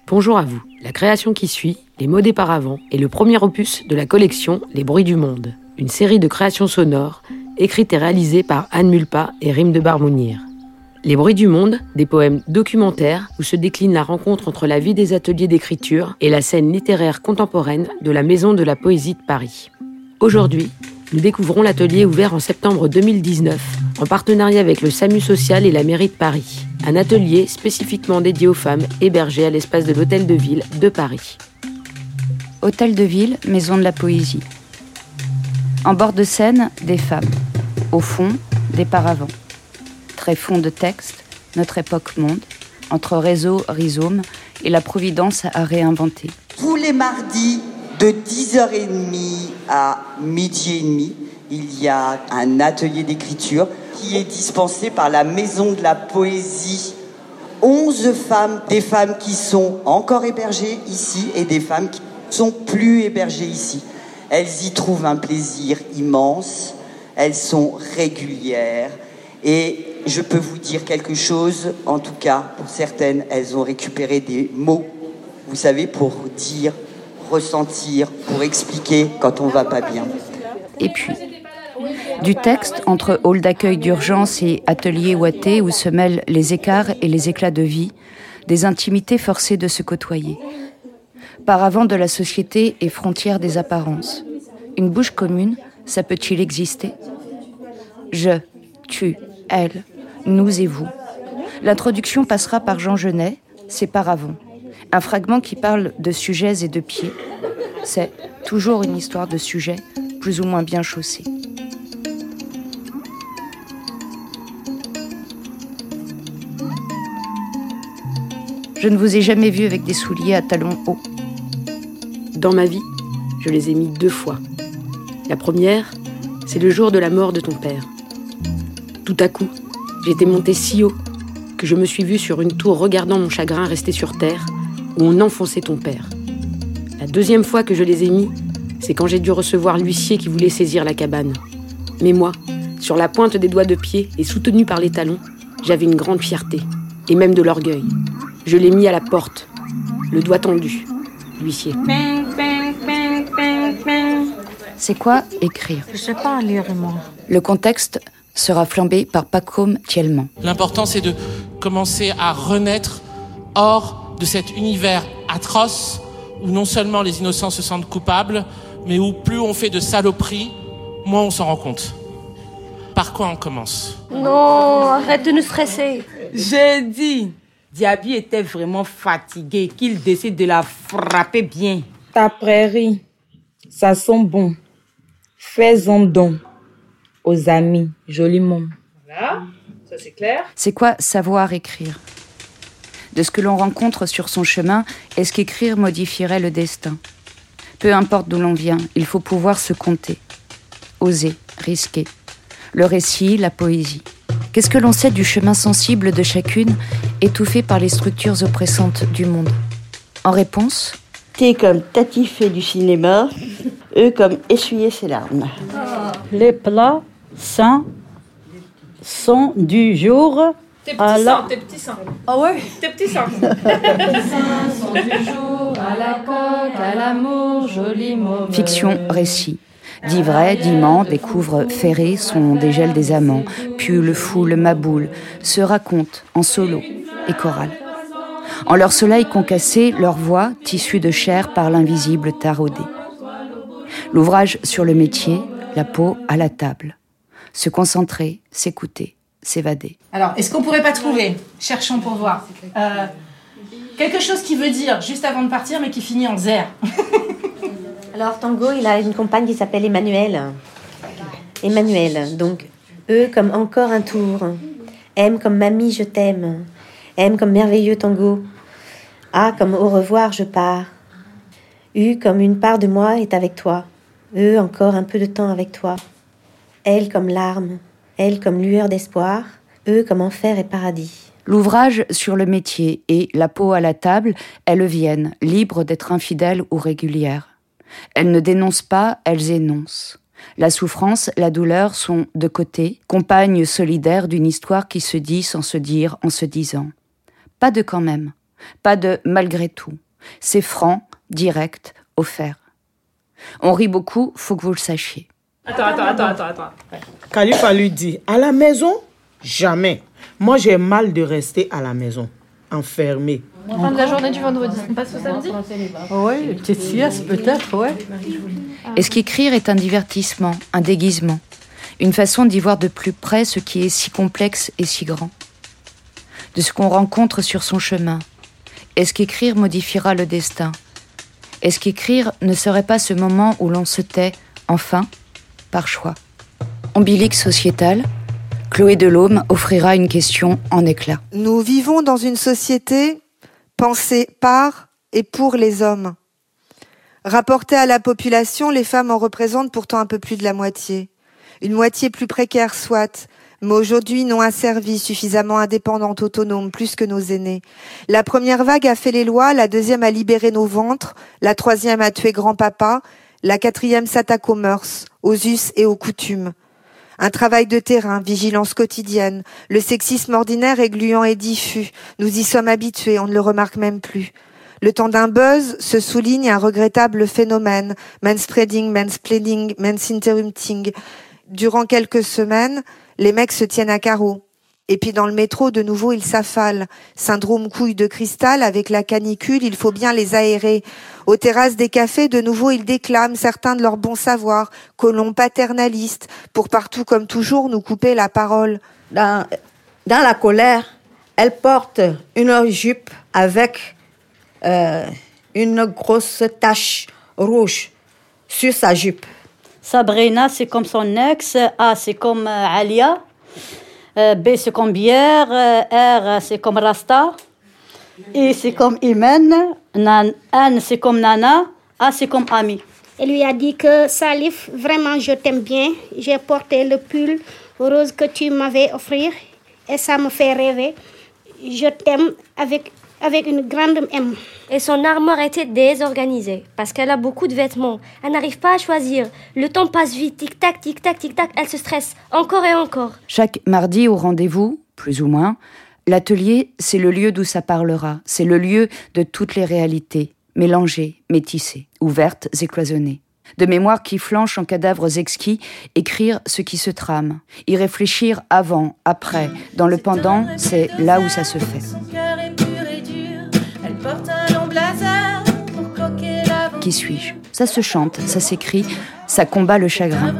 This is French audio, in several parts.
Bonjour à vous. La création qui suit, Les mots des paravents, est le premier opus de la collection Les bruits du monde, une série de créations sonores écrites et réalisées par Anne Mulpa et Rime de Barmounir. Les bruits du monde, des poèmes documentaires où se décline la rencontre entre la vie des ateliers d'écriture et la scène littéraire contemporaine de la Maison de la Poésie de Paris. Aujourd'hui, nous découvrons l'atelier ouvert en septembre 2019 en partenariat avec le SAMU Social et la mairie de Paris. Un atelier spécifiquement dédié aux femmes hébergées à l'espace de l'Hôtel de Ville de Paris. Hôtel de Ville, Maison de la Poésie. En bord de scène, des femmes. Au fond, des paravents. Tréfonds de texte, notre époque monde, entre réseau, rhizome et la providence à réinventer. Tous les mardis, de 10h30 à 12h30, il y a un atelier d'écriture qui est dispensé par la Maison de la Poésie. 11 femmes, des femmes qui sont encore hébergées ici et des femmes qui ne sont plus hébergées ici. Elles y trouvent un plaisir immense, elles sont régulières et je peux vous dire quelque chose, en tout cas pour certaines, elles ont récupéré des mots, vous savez, pour dire, ressentir, pour expliquer quand on va pas bien. Et puis, du texte entre hall d'accueil d'urgence et atelier ouaté où se mêlent les écarts et les éclats de vie, des intimités forcées de se côtoyer. Paravent de la société et frontière des apparences. Une bouche commune, ça peut-il exister ? Je, tu, elle, nous et vous. L'introduction passera par Jean Genet, c'est Paravent. Un fragment qui parle de sujets et de pieds. C'est toujours une histoire de sujets, plus ou moins bien chaussés. Je ne vous ai jamais vu avec des souliers à talons hauts. Dans ma vie, je les ai mis 2 fois. La première, c'est le jour de la mort de ton père. Tout à coup, j'étais montée si haut que je me suis vue sur une tour regardant mon chagrin rester sur terre où on enfonçait ton père. La deuxième fois que je les ai mis, c'est quand j'ai dû recevoir l'huissier qui voulait saisir la cabane. Mais moi, sur la pointe des doigts de pied et soutenue par les talons, j'avais une grande fierté, et même de l'orgueil. Je l'ai mis à la porte, le doigt tendu, l'huissier. C'est quoi écrire ? Je sais pas lire, moi. Le contexte sera flambé par Pacôme Thielman. L'important, c'est de commencer à renaître hors de cet univers atroce où non seulement les innocents se sentent coupables, mais où plus on fait de saloperies, moins on s'en rend compte. Par quoi on commence ? Non, arrête de nous stresser. J'ai dit, Diaby était vraiment fatigué, qu'il décide de la frapper bien. Ta prairie, ça sent bon. Fais-en don aux amis, joli môme. Voilà, ça c'est clair. C'est quoi savoir écrire ? De ce que l'on rencontre sur son chemin, est-ce qu'écrire modifierait le destin ? Peu importe d'où l'on vient, il faut pouvoir se compter. Oser, risquer. Le récit, la poésie. Qu'est-ce que l'on sait du chemin sensible de chacune, étouffé par les structures oppressantes du monde ? En réponse, T comme tatiffer du cinéma, E comme essuyer ses larmes. Les plats sains sont du jour Tes à petits la... seins, tes petits seins. Ah ouais ? Tes petits seins. Sont du jour à la coque, à l'amour, joli mot. fiction, récit. Dit vrai, diment, découvre Ferré, son dégel des amants, Pull, Foule, Maboule, se racontent en solo et chorale. En leur soleil concassé, leur voix, tissue de chair par l'invisible taraudé. L'ouvrage sur le métier, la peau à la table. Se concentrer, s'écouter, s'évader. Alors, est-ce qu'on pourrait pas trouver, cherchons pour voir, quelque chose qui veut dire juste avant de partir, mais qui finit en zer. Alors, Tango, il a une compagne qui s'appelle Emmanuelle. Emmanuelle, donc E comme encore un tour. M comme mamie, je t'aime. M comme merveilleux tango. A comme au revoir, je pars. U comme une part de moi est avec toi. E encore un peu de temps avec toi. L comme larme. L comme lueur d'espoir. E comme enfer et paradis. L'ouvrage sur le métier et la peau à la table, elles viennent, libres d'être infidèles ou régulières. Elles ne dénoncent pas, elles énoncent. La souffrance, la douleur sont de côté, compagnes solidaires d'une histoire qui se dit sans se dire en se disant. Pas de quand même. Pas de malgré tout. C'est franc, direct, offert. On rit beaucoup, faut que vous le sachiez. Attends. Khalifa lui dit, à la maison, jamais. Moi, j'ai mal de rester à la maison, enfermé. Fin de la journée du vendredi, on passe au samedi? Oui, une petite sieste peut-être, ouais. Est-ce qu'écrire est un divertissement, un déguisement, une façon d'y voir de plus près ce qui est si complexe et si grand, de ce qu'on rencontre sur son chemin? Est-ce qu'écrire modifiera le destin? Est-ce qu'écrire ne serait pas ce moment où l'on se tait, enfin, par choix? Ombilique sociétal, Chloé Delhomme offrira une question en éclats. Nous vivons dans une société pensée par et pour les hommes. Rapportée à la population, les femmes en représentent pourtant un peu plus de la moitié. Une moitié plus précaire soit, mais aujourd'hui non asservie, suffisamment indépendante, autonome, plus que nos aînés. La première vague a fait les lois, la deuxième a libéré nos ventres, la troisième a tué grand-papa, la quatrième s'attaque aux mœurs, aux us et aux coutumes. Un travail de terrain, vigilance quotidienne, le sexisme ordinaire est gluant et diffus. Nous y sommes habitués, on ne le remarque même plus. Le temps d'un buzz se souligne un regrettable phénomène, manspreading, mansplaining, mansinterrupting. Durant quelques semaines, les mecs se tiennent à carreau. Et puis dans le métro, de nouveau, ils s'affalent. Syndrome couille de cristal, avec la canicule, il faut bien les aérer. Aux terrasses des cafés, de nouveau, ils déclament certains de leur bon savoir, colons paternalistes, pour partout comme toujours nous couper la parole. Dans la colère, elle porte une jupe avec une grosse tache rouge sur sa jupe. Sabrina, c'est comme son ex. A, c'est comme Alia. B, c'est comme Bière. R, c'est comme Rasta. I, c'est comme Imen. N, c'est comme Nana. A, c'est comme Ami. Elle lui a dit que Salif, vraiment, je t'aime bien. J'ai porté le pull rose que tu m'avais offert et ça me fait rêver. Je t'aime avec une grande M. Et son armoire était désorganisée parce qu'elle a beaucoup de vêtements. Elle n'arrive pas à choisir. Le temps passe vite, tic-tac, tic-tac, tic-tac. Elle se stresse encore et encore. Chaque mardi au rendez-vous, plus ou moins, l'atelier, c'est le lieu d'où ça parlera. C'est le lieu de toutes les réalités, mélangées, métissées, ouvertes et cloisonnées. De mémoires qui flanchent en cadavres exquis, écrire ce qui se trame. Y réfléchir avant, après. Dans le pendant, c'est là où ça se fait. Qui suis-je? Ça se chante, ça s'écrit, ça combat le chagrin.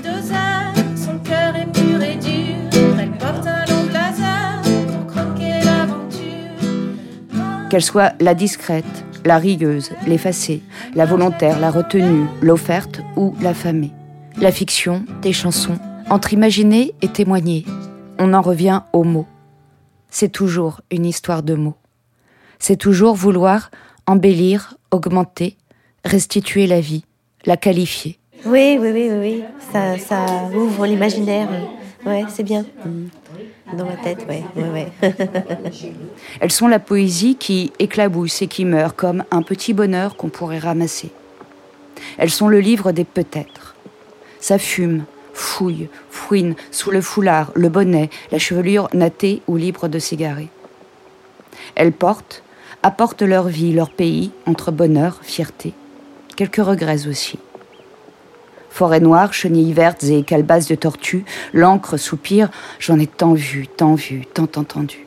Qu'elle soit la discrète, la rigueuse, l'effacée, la volontaire, la retenue, l'offerte ou l'affamée. La fiction, des chansons, entre imaginer et témoigner. On en revient aux mots. C'est toujours une histoire de mots. C'est toujours vouloir embellir, augmenter, restituer la vie, la qualifier. Oui. Ça ouvre l'imaginaire. Ouais, c'est bien. Dans ma tête, ouais. Elles sont la poésie qui éclabousse et qui meurt comme un petit bonheur qu'on pourrait ramasser. Elles sont le livre des peut-être. Ça fume, fouille, fouine sous le foulard, le bonnet, la chevelure nattée ou libre de s'égarer. Elles apportent leur vie, leur pays, entre bonheur, fierté, quelques regrets aussi. Forêt noire, chenilles vertes et calebasses de tortues, l'encre soupire, j'en ai tant vu, tant entendu.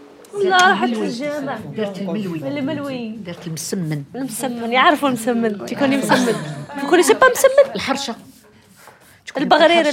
درت المسمن يعرفوا المسمن تكوني مسمن تكوني سبا مسمن الحرشه البغرير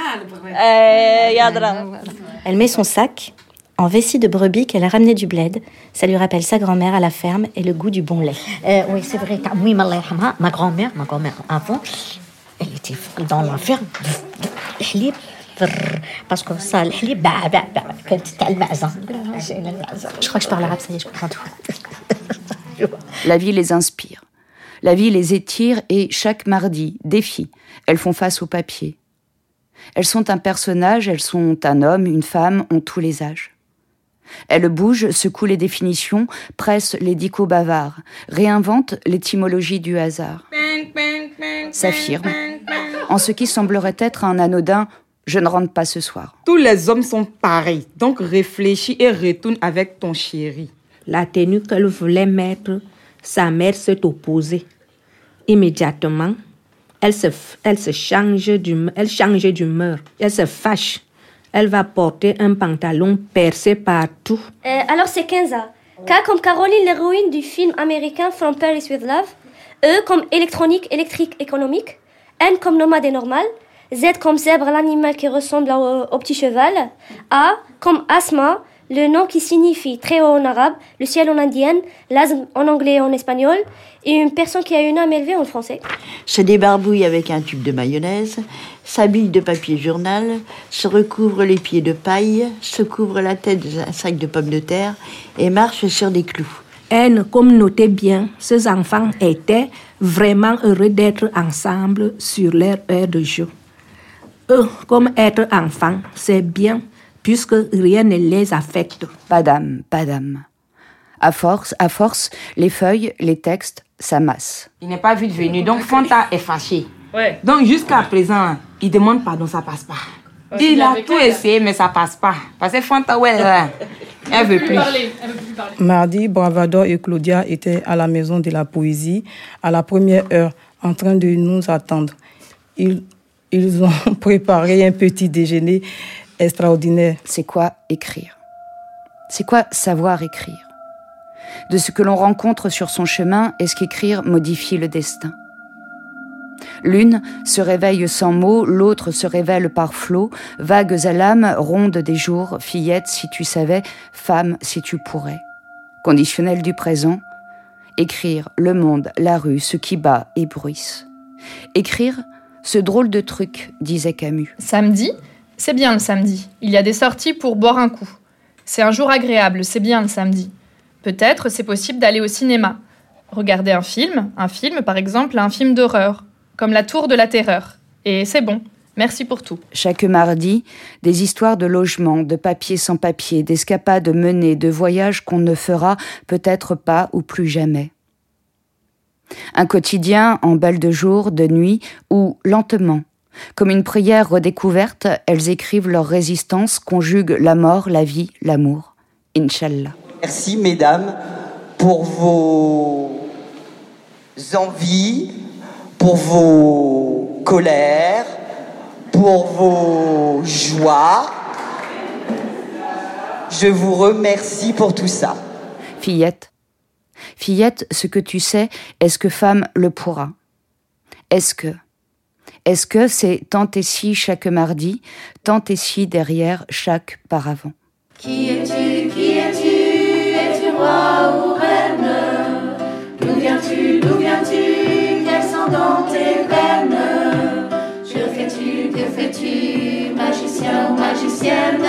يا. Elle met son sac en vessie de brebis qu'elle a ramené du bled. Ça lui rappelle sa grand-mère à la ferme et le goût du bon lait. Oui, c'est vrai. Mouima Allah yarhamha, ma grand-mère avant, elle était dans la ferme. الحليب parce que ça الحليب كانت تاع المعزه. Je crois que je parle arabe, ça y est, je comprends tout. La vie les inspire. La vie les étire et chaque mardi, défi, elles font face au papier. Elles sont un personnage, elles sont un homme, une femme, ont tous les âges. Elles bougent, secouent les définitions, pressent les dichos bavards, réinventent l'étymologie du hasard. S'affirment, en ce qui semblerait être un anodin « je ne rentre pas ce soir ». Tous les hommes sont pareils, donc réfléchis et retourne avec ton chéri. la tenue qu'elle voulait mettre, sa mère s'est opposée. Immédiatement, elle change d'humeur, elle se fâche. Elle va porter un pantalon percé partout. Alors c'est Kenza. K comme Caroline, l'héroïne du film américain From Paris with Love. E comme électronique, électrique, économique. N comme nomade et normal. Z comme zèbre, l'animal qui ressemble au petit cheval. A comme Asma, le nom qui signifie très haut en arabe, le ciel en indienne, l'asthme en anglais et en espagnol, et une personne qui a une âme élevée en français. Se débarbouille avec un tube de mayonnaise, s'habille de papier journal, se recouvre les pieds de paille, se couvre la tête d'un sac de pommes de terre et marche sur des clous. N, comme notez bien, ces enfants étaient vraiment heureux d'être ensemble sur leur heure de jeu. E, comme être enfant, c'est bien, puisque rien ne les affecte. Pas d'âme. À force, les feuilles, les textes s'amassent. Il n'est pas vite venu, donc Fanta est fâché. Ouais. Donc jusqu'à présent, il demande pardon, ça passe pas. Parce Il a tout essayé, mais ça passe pas. Parce que Fanta, elle veut plus. Mardi, Bravador et Claudia étaient à la maison de la poésie à la première heure, en train de nous attendre. Ils ont préparé un petit déjeuner extraordinaire. C'est quoi écrire? C'est quoi savoir écrire? De ce que l'on rencontre sur son chemin, est-ce qu'écrire modifie le destin? L'une se réveille sans mots, l'autre se révèle par flots, vagues à l'âme, rondes des jours, fillette si tu savais, femme si tu pourrais. Conditionnel du présent, écrire le monde, la rue, ce qui bat et bruisse. Écrire ce drôle de truc, disait Camus. Samedi, c'est bien le samedi. Il y a des sorties pour boire un coup. C'est un jour agréable, c'est bien le samedi. Peut-être c'est possible d'aller au cinéma. Regarder un film par exemple, un film d'horreur, comme La Tour de la Terreur. Et c'est bon, merci pour tout. Chaque mardi, des histoires de logement, de papier sans papier, d'escapades menées, de voyages qu'on ne fera peut-être pas ou plus jamais. Un quotidien en belle de jour, de nuit, ou lentement. Comme une prière redécouverte, elles écrivent leur résistance, conjuguent la mort, la vie, l'amour. Inch'Allah. Merci, mesdames, pour vos envies, pour vos colères, pour vos joies. Je vous remercie pour tout ça. Fillette, ce que tu sais, est-ce que femme le pourra? Est-ce que c'est tant et si chaque mardi, tant et si derrière chaque paravent? Qui es-tu, es-tu roi ou reine? D'où viens-tu, quel sang dans tes veines? Que fais-tu, magicien ou magicienne?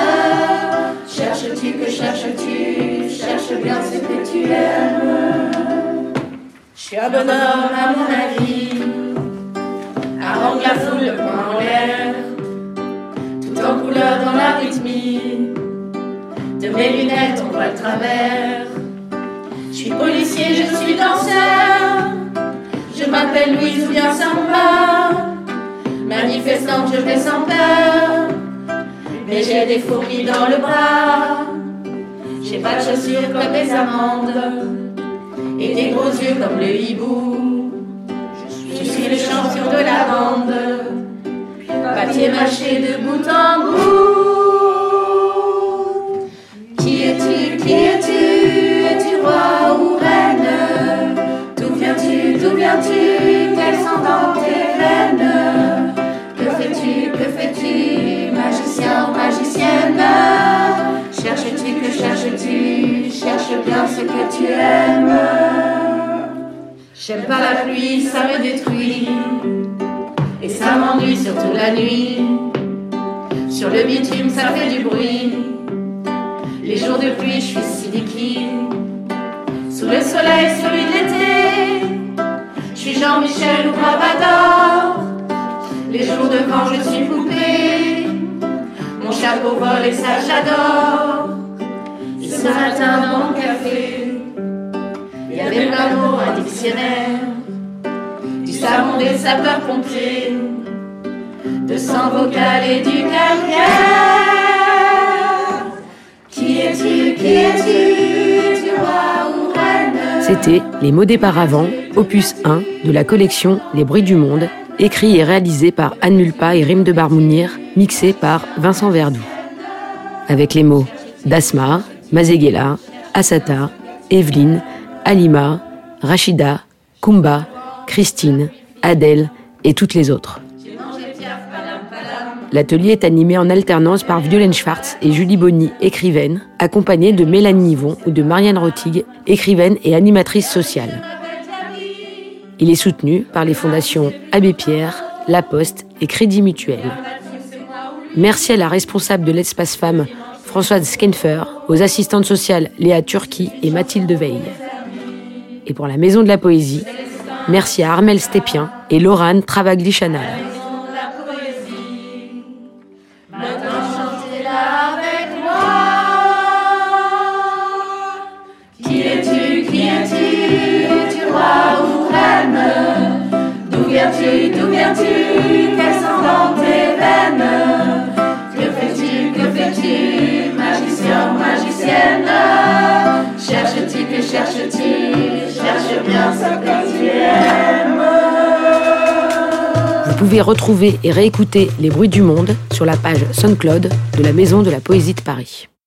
Cherches-tu, cherche bien ce que tu aimes. Je suis un bonhomme à mon avis, à rendre la foule le poing en l'air, tout en couleur dans la rythmie. De mes lunettes on voit le travers. Je suis policier, je suis danseur. Je m'appelle Louise ou bien Samba. Manifestante, je vais sans peur. Mais j'ai des fourmis dans le bras. J'ai pas de chaussures comme des amandes et des gros yeux comme le hibou. Je suis le champion de la bande, papier mâché de bout en bout. Qui es-tu, es-tu roi ou reine? D'où viens-tu, quel sang dans tes veines? Que fais-tu, magicien ou magicienne? Cherches-tu, cherche bien ce que tu aimes. J'aime pas la pluie, ça me détruit, et ça m'ennuie surtout la nuit. Sur le bitume ça fait du bruit, les jours de pluie je suis sidiki. Sous le soleil, celui de l'été, je suis Jean-Michel ou Bravador. Les jours de vent je suis poupée, mon chapeau vole et ça j'adore. Et ce matin dans mon café, il y avait plein de mots, un dictionnaire, du savon des sapeurs-pompiers, de sang vocal et du calcaire. Qui es-tu, es-tu roi C'était Les mots des paravents, opus 1 de la collection Les bruits du monde, écrit et réalisé par Anne Mulpa et Rim de Barmounir, mixé par Vincent Verdoux. Avec les mots d'Asma, Mazegela, Assata, Evelyne, Alima, Rachida, Kumba, Christine, Adèle et toutes les autres. L'atelier est animé en alternance par Violaine Schwartz et Julie Bonny, écrivaine, accompagnée de Mélanie Nivon ou de Marianne Rotig, écrivaine et animatrice sociale. Il est soutenu par les fondations Abbé Pierre, La Poste et Crédit Mutuel. Merci à la responsable de l'Espace Femmes, Françoise Skenfer, aux assistantes sociales Léa Turki et Mathilde Veil. Et pour la Maison de la Poésie, merci à Armel Stépien et Laurane Travagli-Chanal. D'où viens-tu, quelles sont dans tes veines? Que fais-tu, magicien ou magicienne? Cherches-tu, que cherches-tu? Cherche bien ce que tu aimes. Vous pouvez retrouver et réécouter Les bruits du monde sur la page SoundCloud de la Maison de la Poésie de Paris.